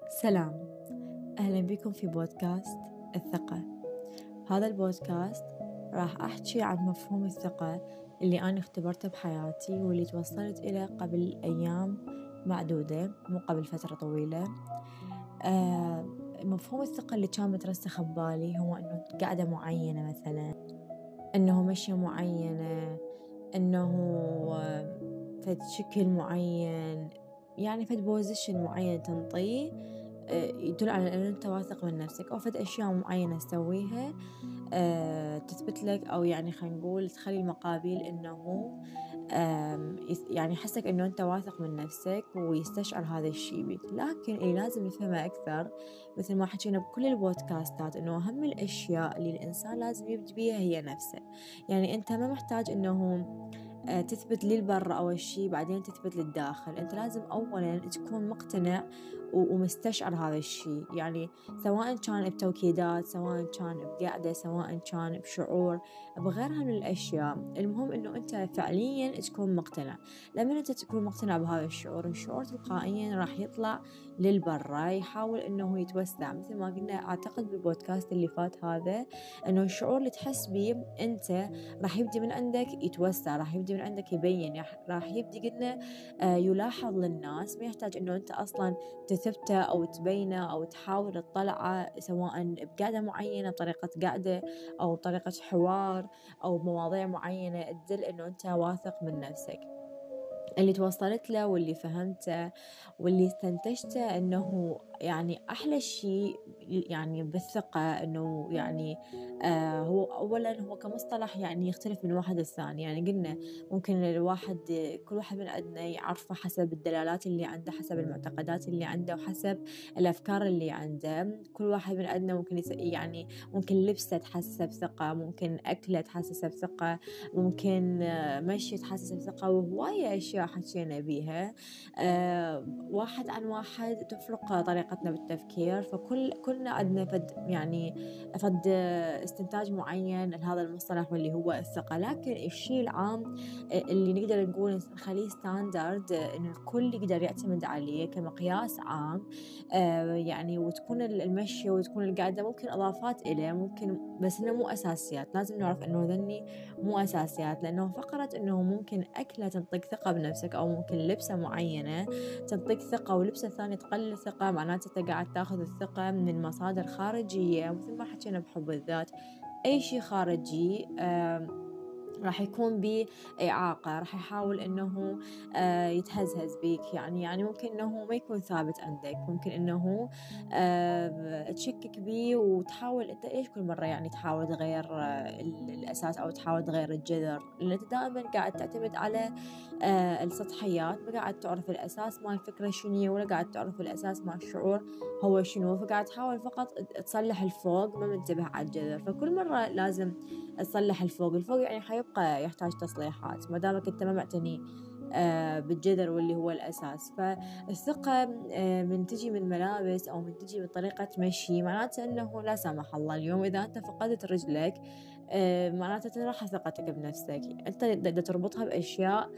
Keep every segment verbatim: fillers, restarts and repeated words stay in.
سلام، أهلا بكم في بودكاست الثقة. هذا البودكاست راح أحكي عن مفهوم الثقة اللي أنا اختبرته بحياتي واللي توصلت إلى قبل أيام معدودة، مو قبل فترة طويلة. آه مفهوم الثقة اللي كان مترسخ ببالي هو أنه قاعدة معينة، مثلا أنه مشية معينة، أنه فد شكل معين، يعني فد بوزيشن معين تنطيه يدل على أن أنت واثق من نفسك، أو فد أشياء معينة تسويها أه تثبت لك، أو يعني خلينا نقول تخلي المقابل أنه يعني يحسك أنه أنت واثق من نفسك ويستشعر هذا الشيء بك. لكن اللي لازم نفهمه أكثر، مثل ما حكينا بكل البودكاستات، أنه أهم الأشياء اللي الإنسان لازم يبدأ بيها هي نفسه. يعني أنت ما محتاج أنه تثبت للبر أول شيء بعدين تثبت للداخل. أنت لازم أولا تكون مقتنع ومستشعر هذا الشيء، يعني سواء كان بتوكيدات، سواء كان بقعدة، سواء كان بشعور، بغيرها من الأشياء. المهم أنه أنت فعليا تكون مقتنع. لما أنت تكون مقتنع بهذا الشعور، الشعور تلقائيا راح يطلع للبر، يحاول أنه يتوسع. مثل ما قلنا أعتقد بالبودكاست اللي فات هذا، أنه الشعور اللي تحس به أنت راح يبدأ من عندك يتوسع، راح يبدأ من عندك يبين، راح يبدأ قلنا آه يلاحظ للناس، ما يحتاج أنه أنت أصلا تثبته أو تبينه أو تحاول تطلعه، سواء بقعدة معينة، بطريقة قعدة أو بطريقة حوار أو بمواضيع معينة تدل أنه أنت واثق من نفسك. اللي توصلت له واللي فهمته واللي استنتجته أنه يعني أحلى شيء يعني بالثقة، أنه يعني آه هو أولا هو كمصطلح يعني يختلف من واحد للثاني. يعني قلنا ممكن الواحد كل واحد من عندنا يعرفه حسب الدلالات اللي عنده، حسب المعتقدات اللي عنده، وحسب الأفكار اللي عنده. كل واحد من عندنا ممكن يعني ممكن لبسه تحسسه بثقة، ممكن أكله تحسسه بثقة، ممكن مشي تحسسه بثقة، وهواية أشياء حكينا بيها. آه واحد عن واحد تفرق طريقتنا بالتفكير، فكل كلنا عندنا فد يعني فد استنتاج معين لهذا المصطلح واللي هو الثقة. لكن الشيء العام اللي نقدر نقول نخليه ستاندرد، إن الكل يقدر يعتمد عليه كمقياس عام، آه يعني وتكون المشي وتكون القعدة ممكن إضافات إليه، ممكن بس إنه مو أساسيات. لازم نعرف إنه ذني مو أساسيات، لأنه فقرة إنه ممكن أكلة تنطيك ثقة بنفسك، أو ممكن لبسة معينة تنطيك ثقة ولبسة ثانية تقلل ثقة، معناته أنت قاعد تاخذ الثقة من مصادر خارجية. مثل ما حكينا بحب الذات، أي شيء خارجي آه راح يكون بإعاقة، راح يحاول إنه آه يتهزهز بيك، يعني يعني ممكن إنه ما يكون ثابت عندك، ممكن إنه آه تشكك بيه وتحاول أنت إيش كل مرة يعني تحاول تغير آه الأساس أو تحاول تغير الجذر، لأن أنت دائما قاعد تعتمد على آه السطحيات، ما قاعد تعرف الأساس مال الفكرة شنو، ولا قاعد تعرف الأساس مال الشعور هو شنو، فقاعد تحاول فقط تصلح الفوق، ما منتبه على الجذر. فكل مرة لازم تصلح الفوق. الفوق يعني حيبقى يحتاج تصليحات ما دامك انت ما معتني آه بالجذر واللي هو الأساس. فالثقة آه من تجي من ملابس أو من تجي من طريقة مشي، معناته أنه لا سمح الله اليوم إذا أنت فقدت رجلك آه معناته راح ثقتك بنفسك. أنت بدك تربطها بأشياء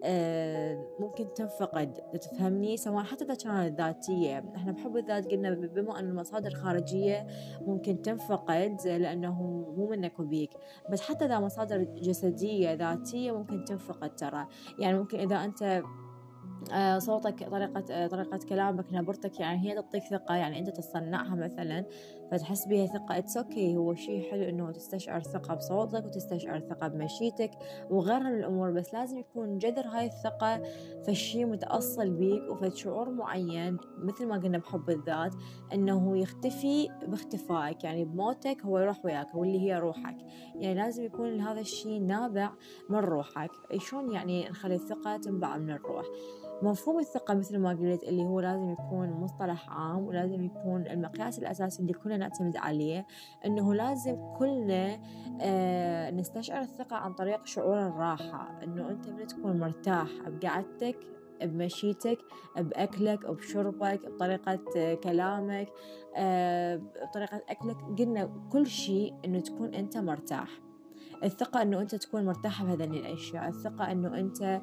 آه ممكن تنفقد، تفهمني؟ سواء حتى إذا كانت ذاتية. إحنا بحب الذات قلنا بما أن المصادر خارجية ممكن تنفقد لأنه مو منك وبيك، بس حتى إذا مصادر جسدية ذاتية ممكن تنفقد ترى. يعني ممكن إذا أنت آه صوتك، طريقة آه طريقة كلامك، نبرتك، يعني هي تعطيك ثقة، يعني أنت تصنعها مثلا فتحس بها ثقة. اتس اوكي، هو شيء حلو إنه تستشعر ثقة بصوتك وتستشعر ثقة بمشيتك وغيرها من الأمور، بس لازم يكون جذر هاي الثقة فشي متأصل بيك وفي شعور معين. مثل ما قلنا بحب الذات، إنه يختفي باختفائك، يعني بموتك هو يروح وياك واللي هي روحك. يعني لازم يكون هذا الشيء نابع من روحك. شلون يعني نخلي الثقة تنبع من الروح؟ مفهوم الثقة مثل ما قلت اللي هو لازم يكون مصطلح عام، ولازم يكون المقياس الأساسي اللي كلنا نعتمد عليه، إنه لازم كلنا آه نستشعر الثقة عن طريق شعور الراحة. إنه أنت من تكون مرتاح بقعدتك، بمشيتك، بأكلك، بشربك، بطريقة كلامك، آه بطريقة أكلك، قلنا كل شيء إنه تكون أنت مرتاح. الثقة إنه أنت تكون مرتاح بهذين الأشياء، الثقة إنه أنت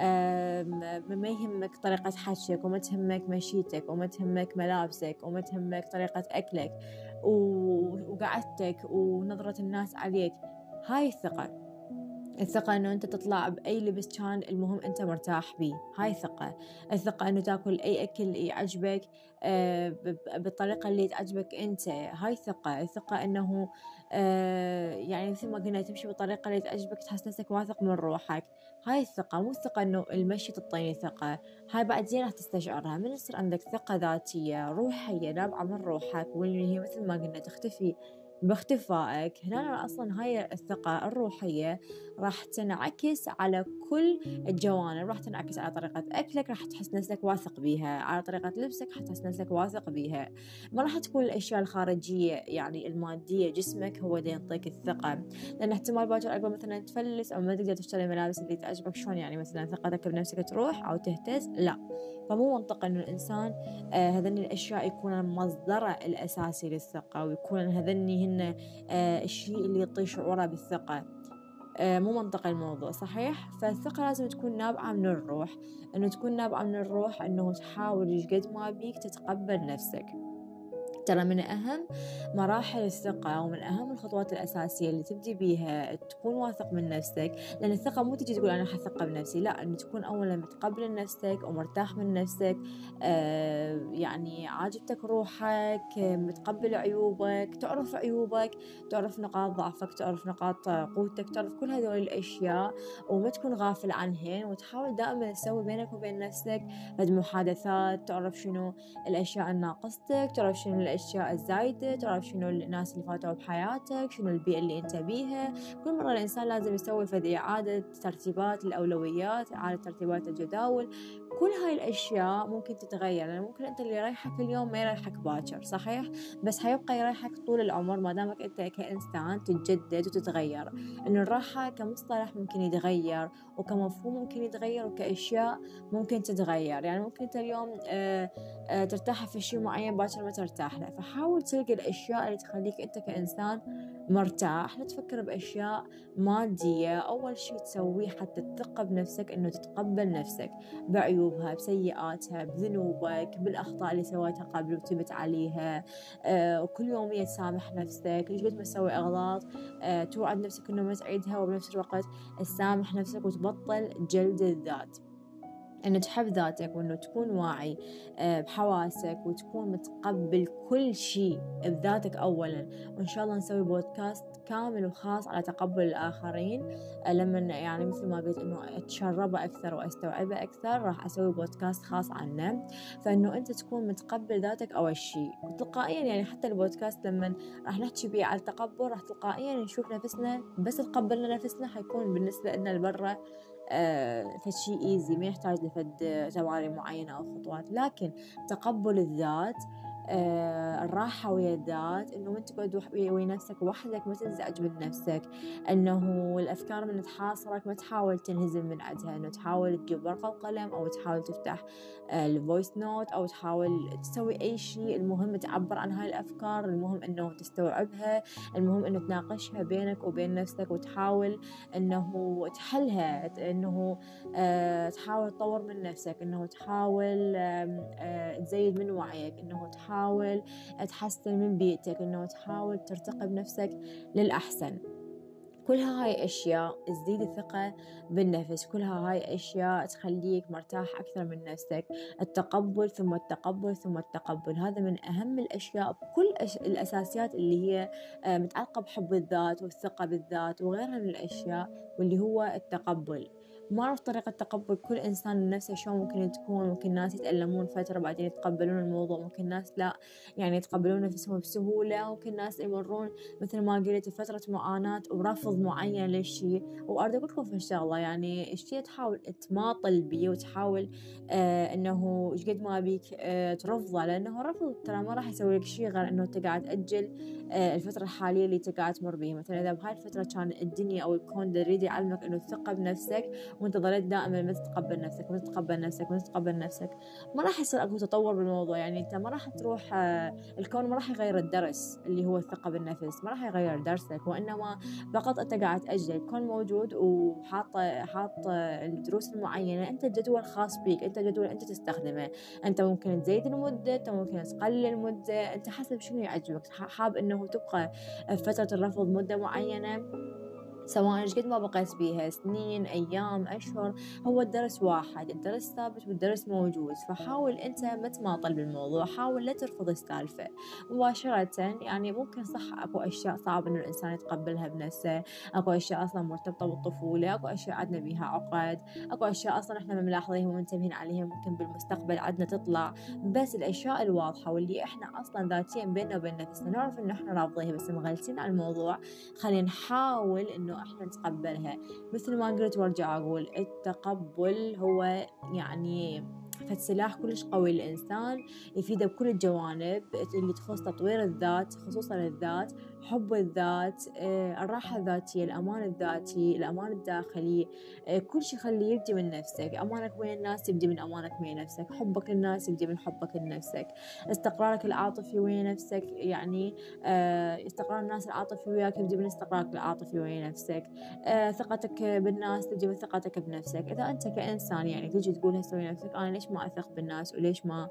ما يهمك طريقة حكيك وما تهمك مشيتك وما تهمك ملابسك وما تهمك طريقة أكلك وقعدتك ونظرة الناس عليك. هاي الثقة. الثقة إنه أنت تطلع بأي لبس كان المهم أنت مرتاح بيه، هاي ثقة. الثقة إنه تاكل أي أكل يعجبك آه بالطريقة اللي تعجبك أنت، هاي ثقة. الثقة إنه آه يعني مثل ما قلنا تمشي بالطريقة اللي تعجبك، تحس نفسك واثق من روحك، هاي الثقة. مو الثقة إنه المشي تعطيني ثقة، هاي بعدين راح تستشعرها من يصير عندك ثقة ذاتية روحية نابعة من روحك، واللي هي مثل ما قلنا تختفي باختفائك. هنا أصلا هاي الثقة الروحية راح تنعكس على كل الجوانب، راح تنعكس على طريقة أكلك، راح تحس نفسك واثق بيها، على طريقة لبسك راح تحس نفسك واثق بيها. ما راح تكون الأشياء الخارجية يعني المادية، جسمك هو اللي يعطيك الثقة، لأن احتمال باكر عقب مثلا تفلس أو ما تقدر تشتري الملابس اللي تعجبك، شلون يعني مثلا ثقتك بنفسك تروح أو تهتز؟ لا. فمو منطقي إنه الإنسان آه هذني الأشياء يكون مصدره الأساسي للثقة، ويكون هذني هن آه الشيء اللي يعطي شعوره بالثقة. آه مو منطقي الموضوع، صحيح؟ فالثقة لازم تكون نابعة من الروح، إنه تكون نابعة من الروح إنه تحاول قد ما بيك تتقبل نفسك. ترى من أهم مراحل الثقة ومن أهم الخطوات الأساسية اللي تبدي بيها تكون واثق من نفسك، لأن الثقة مو تجي تقول أنا حثقة بنفسي، لا، أن تكون أولا متقبل نفسك ومرتاح من نفسك، آه يعني عاجبتك روحك، متقبل عيوبك، تعرف عيوبك، تعرف نقاط ضعفك، تعرف نقاط قوتك، تعرف كل هذول الأشياء وما تكون غافل عنهن، وتحاول دائما تسوي بينك وبين نفسك بعد محادثات، تعرف شنو الأشياء الناقصتك، تعرف شنو الأشياء الزايدة، تعرف شنو الناس اللي فاتوا بحياتك، شنو البيئة اللي أنت بيها. كل مرة الإنسان لازم يسوي فدي إعادة ترتيبات الأولويات، إعادة ترتيبات الجداول. كل هاي الأشياء ممكن تتغير، لأن ممكن أنت اللي يريحك اليوم ما يريحك باكر، صحيح؟ بس هيبقى يريحك طول العمر ما دامك أنت كإنسان تتجدد وتتغير. إنه الراحة كمصطلح ممكن يتغير، وكمفهوم ممكن يتغير، وكأشياء ممكن تتغير. يعني ممكن أنت اليوم آه آه ترتاح في شيء معين باكر ما ترتاح له، فحاول تلقي الأشياء اللي تخليك أنت كإنسان مرتاح. لا تفكر بأشياء مادية. أول شيء تسويه حتى تثق بنفسك إنه تتقبل نفسك بعيوبها، بسيئاتها، بذنوبك، بالأخطاء اللي سويتها قبل وتبت عليها، آه وكل يومية تسامح نفسك. ليش قد ما تسوي أغلاط آه توعد نفسك إنه ما تعيدها، وبنفس الوقت تسامح نفسك وتبطل جلد الذات. إنه تحب ذاتك، وإنه تكون واعي بحواسك، وتكون متقبل كل شيء بذاتك أولا. وإن شاء الله نسوي بودكاست كامل وخاص على تقبل الآخرين، لما يعني مثل ما قلت إنه أتشربه أكثر وأستوعبه أكثر، راح أسوي بودكاست خاص عنه. فإنه أنت تكون متقبل ذاتك أول شيء، وتلقائيا يعني حتى البودكاست لما راح نحكي بيه على التقبل راح تلقائيا نشوف نفسنا، بس تقبلنا نفسنا حيكون بالنسبة لنا البرة آه فشي إيزي، ما يحتاج لفد تمارين معينة أو خطوات. لكن تقبل الذات، آه الراحة ويا الذات، إنه أنت تقعد ويا نفسك وحدك، ما تنزعج من نفسك، إنه الأفكار من تحاصرك ما تحاول تنهزم من عندها، إنه تحاول تجيب ورقة وقلم، أو تحاول تفتح آه الفويس نوت، أو تحاول تسوي أي شيء. المهم تعبر عن هاي الأفكار، المهم إنه تستوعبها، المهم إنه تناقشها بينك وبين نفسك، وتحاول إنه تحلها، إنه أه تحاول تطور من نفسك، إنه تحاول أه أه تزيد من وعيك، إنه تحاول تحسن من بيئتك، إنه تحاول ترتقي بنفسك للأحسن. كلها هاي أشياء تزيد الثقة بالنفس، كلها هاي أشياء تخليك مرتاح أكثر من نفسك. التقبل ثم التقبل ثم التقبل، هذا من أهم الأشياء بكل أش... الأساسيات اللي هي متعلقة بحب الذات والثقة بالذات وغيرها من الأشياء، واللي هو التقبل. ما أعرف طريقة تقبل كل إنسان لنفسه شو ممكن تكون. ممكن ناس يتألمون فترة بعدين يتقبلون الموضوع، ممكن ناس لا يعني يتقبلون نفسهم بسهولة، ممكن ناس يمرون مثل ما قلت فترة معاناة ورفض معين للشيء. وأريد أقول لكم في الشغلة، يعني الشيء تحاول تماطل بيه، وتحاول آه إنه إيش قد ما بيك آه ترفضه، لأنه رفض ترى ما راح يسوي لك شيء غير إنه أنت قاعد تأجل آه الفترة الحالية اللي أنت قاعد تمر بيها. مثلا إذا بهاي الفترة كان الدنيا أو الكون يريد يعلمك إنه الثقة بنفسك وأنت ظليت دائما ما تتقبل نفسك ما تتقبل نفسك ما تتقبل نفسك، ما راح يصير أكو تطور بالموضوع. يعني أنت ما راح تروح، الكون ما راح يغير الدرس اللي هو الثقة بالنفس، ما راح يغير درسك، وإنما فقط أنت قاعد تأجل. الكون موجود وحاط حاط الدروس المعينة، أنت جدول خاص بيك، أنت جدول أنت تستخدمه. أنت ممكن تزيد المدة، أنت ممكن تقلل المدة، أنت حسب شنو يعجبك. حاب إنه تبقى فترة الرفض مدة معينة، سواء قد ما بقيت بيها سنين أيام أشهر، هو الدرس واحد، الدرس ثابت والدرس موجود. فحاول أنت ما تماطل بالموضوع، حاول لا ترفض السالفة مباشرة. يعني ممكن صح أكو أشياء صعب إنه الإنسان يتقبلها بنفسه، أكو أشياء أصلا مرتبطة بالطفولة، أكو أشياء عندنا بيها عقد، أكو أشياء أصلا إحنا ما ملاحظيها ومنتبهين عليها ممكن بالمستقبل عندنا تطلع. بس الأشياء الواضحة واللي إحنا أصلا ذاتيا بيننا وبين نفسنا نعرف إنه إحنا رافضيها بس مغلسين على الموضوع، خلينا نحاول إنه إحنا نتقبلها. مثل ما قلت وارجع أقول، التقبل هو يعني فد سلاح كلش قوي للإنسان، يفيده بكل الجوانب اللي تخص تطوير الذات، خصوصا الذات، حب الذات، الراحة الذاتية، الأمان الذاتي، الأمان الداخلي، كل شيء خليه يبدي من نفسك. أمانك وين الناس يبدي من أمانك وين نفسك، حبك للناس يبدي من حبك لنفسك، استقرارك العاطفي وين نفسك، يعني استقرار الناس العاطفي وياك يبدي من استقرارك العاطفي وين نفسك، ثقتك بالناس تجي من ثقتك بنفسك. إذا أنت كإنسان يعني تجي تقول هسه ويا نفسك أنا ليش ما أثق بالناس وليش ما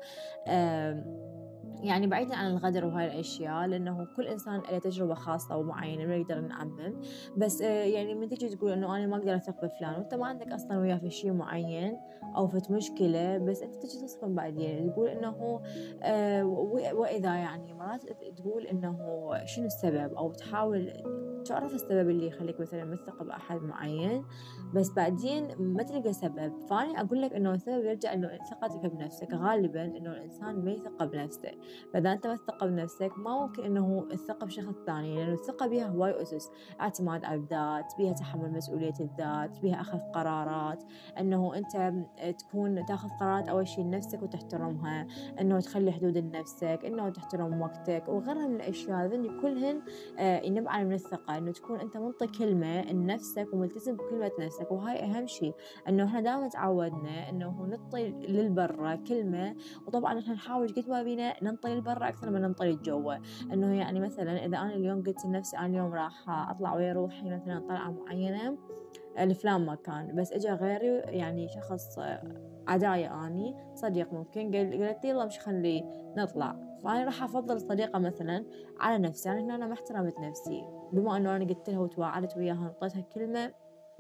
يعني بعيدا عن الغدر وهاي الأشياء، لأنه كل إنسان له تجربة خاصة ومعينة ما نقدر نعمم. بس يعني من تجي تقول إنه أنا ما أقدر أثق بفلان وأنت ما عندك أصلا وياه في شيء معين أو في مشكلة، بس أنت تجي تصفن بعدين تقول إنه آه وإذا يعني مرات تقول إنه شنو السبب، أو تحاول تعرف السبب اللي يخليك مثلا مثق بأحد معين بس بعدين ما تلقى سبب. فأنا أقول لك إنه السبب يرجع إنه ثقتك بنفسك. غالبا إنه الإنسان ما يثق بنفسه، فإذا أنت ما تثق بنفسك ما ممكن إنه الثقة بشخص ثاني، لأنه الثقة بيها هواي أسس: اعتماد على الذات، بيها تحمل مسؤولية الذات، بيها أخذ قرارات، إنه أنت تكون تأخذ قرارات أول شيء لنفسك وتحترمها، إنه تخلي حدود لنفسك، إنه تحترم وقتك وغيرها من الأشياء. ذني كلهن آه ينبعن من الثقة، إنه تكون أنت منطي كلمة لنفسك وملتزم بكلمة نفسك. وهاي أهم شيء، إنه إحنا دائما تعودنا إنه ننطي للبرة كلمة، وطبعا إحنا نحاول قد ما بينا ننطي للبرة أكثر من ننطي للجوا. إنه يعني مثلا إذا أنا اليوم قلت لنفسي أنا اليوم راح أطلع ويا روحي مثلا طلعة معينة لفلان مكان، بس إجا غيري يعني شخص عداية أني صديق ممكن قلت لي يلا مش خلي نطلع، فأنا راح أفضل صديقة مثلا على نفسي. يعني أنا ما احترمت نفسي بما أنه أنا قلت لها وتواعدت وياها نطيتها كلمة.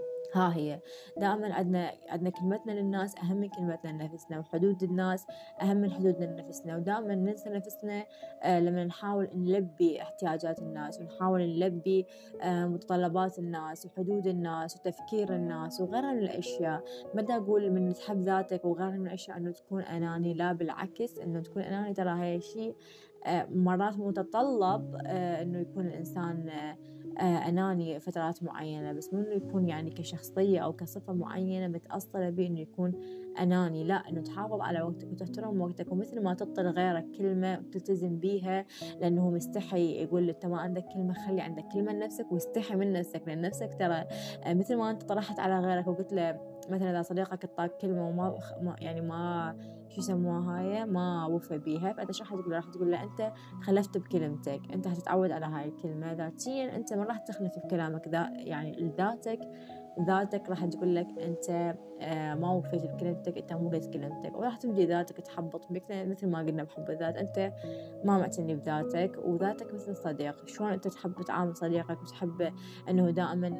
ها هي دائما عندنا عندنا كلمتنا للناس أهم من كلمتنا لنفسنا، وحدود الناس أهم من حدودنا لنفسنا. ودائما ننسى نفسنا آه لما نحاول نلبي احتياجات الناس، ونحاول نلبي آه متطلبات الناس وحدود الناس وتفكير الناس وغيرها من الأشياء. ما دا أقول من تحب ذاتك وغيرها من الأشياء أنه تكون أناني، لا بالعكس، أنه تكون أناني ترى هاي شيء آه مرات متطلب آه أنه يكون الإنسان آه أناني فترات معينة، بس مو إنه يكون يعني كشخصية أو كصفة معينة متأصلة به إنه يكون أناني. لا، إنه تحافظ على وقتك وتحترم وقتك، ومثل ما تعطي لغيرك كلمة وتلتزم بيها لأنه مستحي يقول أنت ما عندك كلمة، خلي عندك كلمة لنفسك واستحي من نفسك، لأن نفسك ترى مثل ما أنت طرحت على غيرك وقلت له مثلا إذا صديقك اعطاك كلمة وما يعني ما شو يسموها هاي ما وفى بيها، فأنت شو راح تقول؟ راح تقول له أنت خلفت بكلمتك، أنت هتتعود على هاي الكلمة ذاتيا، أنت ما راح تخلف بكلامك ذا يعني لذاتك. ذاتك راح تقول لك أنت آه ما وفيت بكلمتك، أنت مو قلت كلمتك، وراح تبدي ذاتك تحبط بك مثل ما قلنا بحب الذات. أنت ما معتني بذاتك، وذاتك مثل الصديق. شلون أنت تحب تعامل صديقك وتحب أنه دائما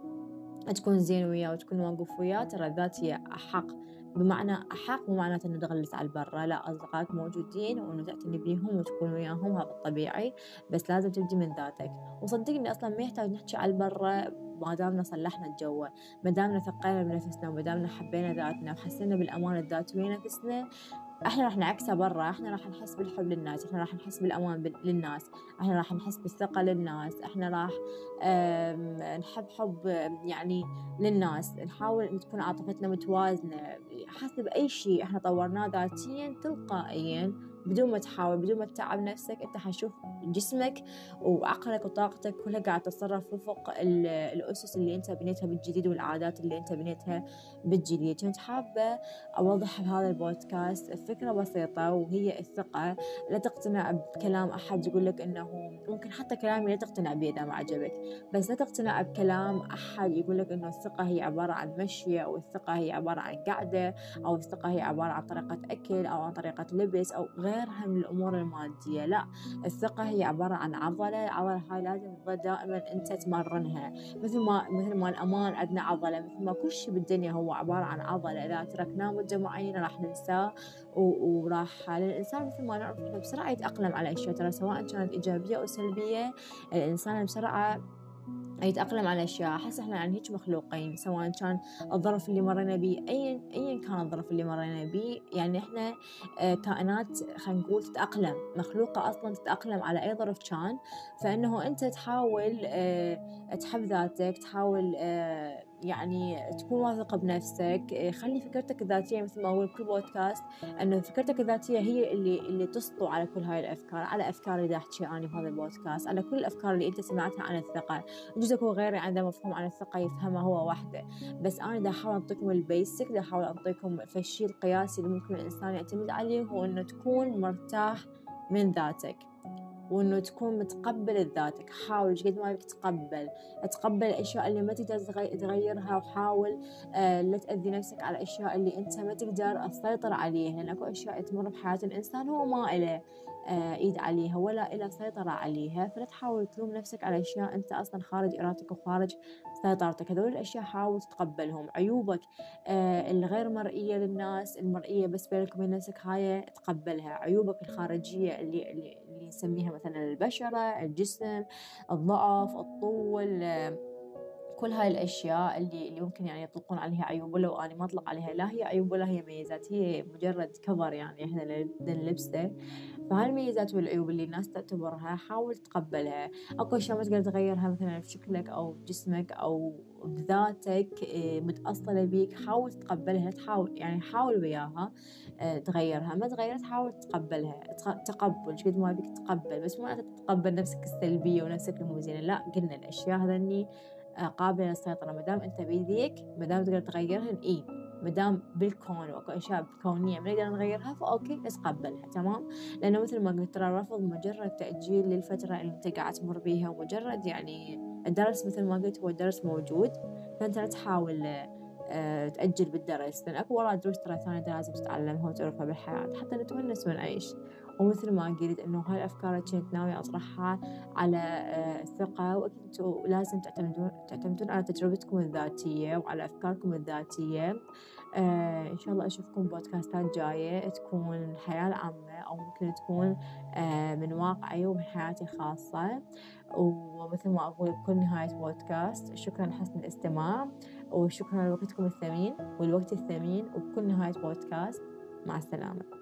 آه تكون زين وياه وتكون واقف وياه؟ ترى الذات هي أحق. بمعنى أحق مو معناته إنه تغلس على البرة، لا، أصدقائك موجودين وإنه تعتني بيهم وتكون وياهم، هذا الطبيعي، بس لازم تبدي من ذاتك. وصدقني أصلا ما يحتاج نحكي على البرة ما دامنا صلحنا الجو، ما دامنا ثقينا بنفسنا، وما دامنا حبينا ذاتنا وحسينا بالأمان الذاتي ويا نفسنا، احنا راح نعكسها برا. احنا راح نحس بالحب للناس، احنا راح نحس بالامان للناس، احنا راح نحس بالثقة للناس، احنا راح نحب حب يعني للناس. نحاول ان تكون عاطفتنا متوازنة حسب اي شيء احنا طورناه ذاتيا، تلقائيا بدون ما تحاول، بدون ما تتعب نفسك، أنت حتشوف جسمك وعقلك وطاقتك كلها قاعد تتصرف وفق الأسس اللي أنت بنيتها بالجديد والعادات اللي أنت بنيتها بالجديد. كنت حابة أوضح بهذا البودكاست الفكرة بسيطة، وهي الثقة. لا تقتنع بكلام أحد يقول لك إنه، ممكن حتى كلامي لا تقتنع به إذا ما عجبك، بس لا تقتنع بكلام أحد يقول لك إنه الثقة هي عبارة عن مشي، أو الثقة هي عبارة عن قعدة، أو الثقة هي عبارة عن طريقة أكل، أو عن طريقة لبس، أو غيرها من الأمور المادية. لا، الثقة هي عبارة عن عضلة. العضلة هاي لازم تظل دائما أنت تمرنها، مثل ما مثل ما الأمان عندنا عضلة، مثل ما كل شيء بالدنيا هو عبارة عن عضلة. إذا تركناه مدة معينة راح ننساه، وراح الإنسان مثل ما نعرف إنه بسرعة يتأقلم على أشياء، ترى سواء كانت إيجابية أو سلبية، الإنسان بسرعة يتأقلم على أشياء. أحس إحنا يعني هيك مخلوقين، سواء كان الظرف اللي مرينا به أيا أيا كان الظرف اللي مرينا به، يعني إحنا آه كائنات خلينا نقول تتأقلم، مخلوقة أصلا تتأقلم على أي ظرف كان. فإنه أنت تحاول آه تحب ذاتك، تحاول آه يعني تكون واثق بنفسك، آه خلي فكرتك الذاتية مثل ما أقول كل بودكاست، أنه فكرتك الذاتية هي اللي اللي تسطو على كل هاي الأفكار، على أفكار اللي دا أحكي أنا بهذا البودكاست، على كل الأفكار اللي أنت سمعتها عن الثقة. جزء وغيري عنده مفهوم عن الثقة يفهمه هو وحده، بس أنا دا أحاول أعطيكم البيسك، دا أحاول أعطيكم الشيء القياسي اللي ممكن الإنسان يعتمد عليه، هو إنه تكون مرتاح من ذاتك، وإنه تكون متقبل ذاتك. حاول قد ما بدك تقبل تقبل الأشياء اللي ما تقدر تغيرها، وحاول آه لا تأذي نفسك على الأشياء اللي أنت ما تقدر تسيطر عليها، لأن أكو أشياء تمر بحياة الإنسان هو ما إله آه إيد عليها ولا إله سيطرة عليها، فلا تحاول تلوم نفسك على أشياء أنت أصلا خارج إرادتك وخارج سيطرتك. هذول الأشياء حاول تتقبلهم. عيوبك آه الغير مرئية للناس، المرئية بس بينك وبين نفسك، هاي تقبلها. عيوبك الخارجية اللي اللي, اللي نسميها مثلا البشرة، الجسم، الضعف، الطول، كل هاي الأشياء اللي اللي ممكن يعني يطلقون عليها عيوب، ولو أنا ما أطلق عليها لا هي عيوب ولا هي ميزات، هي مجرد كفر يعني إحنا نلبسه. فهاي الميزات والعيوب اللي الناس تعتبرها حاول تقبلها. أكو أشياء ما تقدر تغيرها مثلا في شكلك أو بجسمك أو بذاتك متأصلة بيك، حاول تقبلها. تحاول يعني حاول وياها تغيرها، ما تغيرت حاول تقبلها. تقبل قد ما بيك تقبل، بس ما تتقبل نفسك السلبية ونفسك الموزينة، لا، قلنا الأشياء هذني قابلة للسيطرة مدام أنت بيديك، مدام تقدر تغيرهن إيه، مدام بالكون وأكو أشياء كونية ما نقدر نغيرها فأوكي نتقبلها، تمام. لأنه مثل ما قلت ترى الرفض مجرد تأجيل للفترة اللي أنت قاعد تمر بيها، ومجرد يعني الدرس مثل ما قلت هو الدرس موجود، فأنت لا تحاول أه تأجل بالدرس، لأن أكو وراء دروس ترى ثانية لازم تتعلمها وتعرفها بالحياة حتى نتونس ونعيش. ومثل ما قلت إنه هاي الأفكار اللي كنت ناوية أطرحها على الثقة، وأنتوا لازم تعتمدون تعتمدون على تجربتكم الذاتية وعلى أفكاركم الذاتية. آه إن شاء الله أشوفكم بودكاستات جاية تكون الحياة العامة، أو ممكن تكون آه من واقعي ومن حياتي الخاصة. ومثل ما أقول بكل نهاية بودكاست، شكرا لحسن الاستماع، وشكرا لوقتكم الثمين والوقت الثمين، وبكل نهاية بودكاست مع السلامة.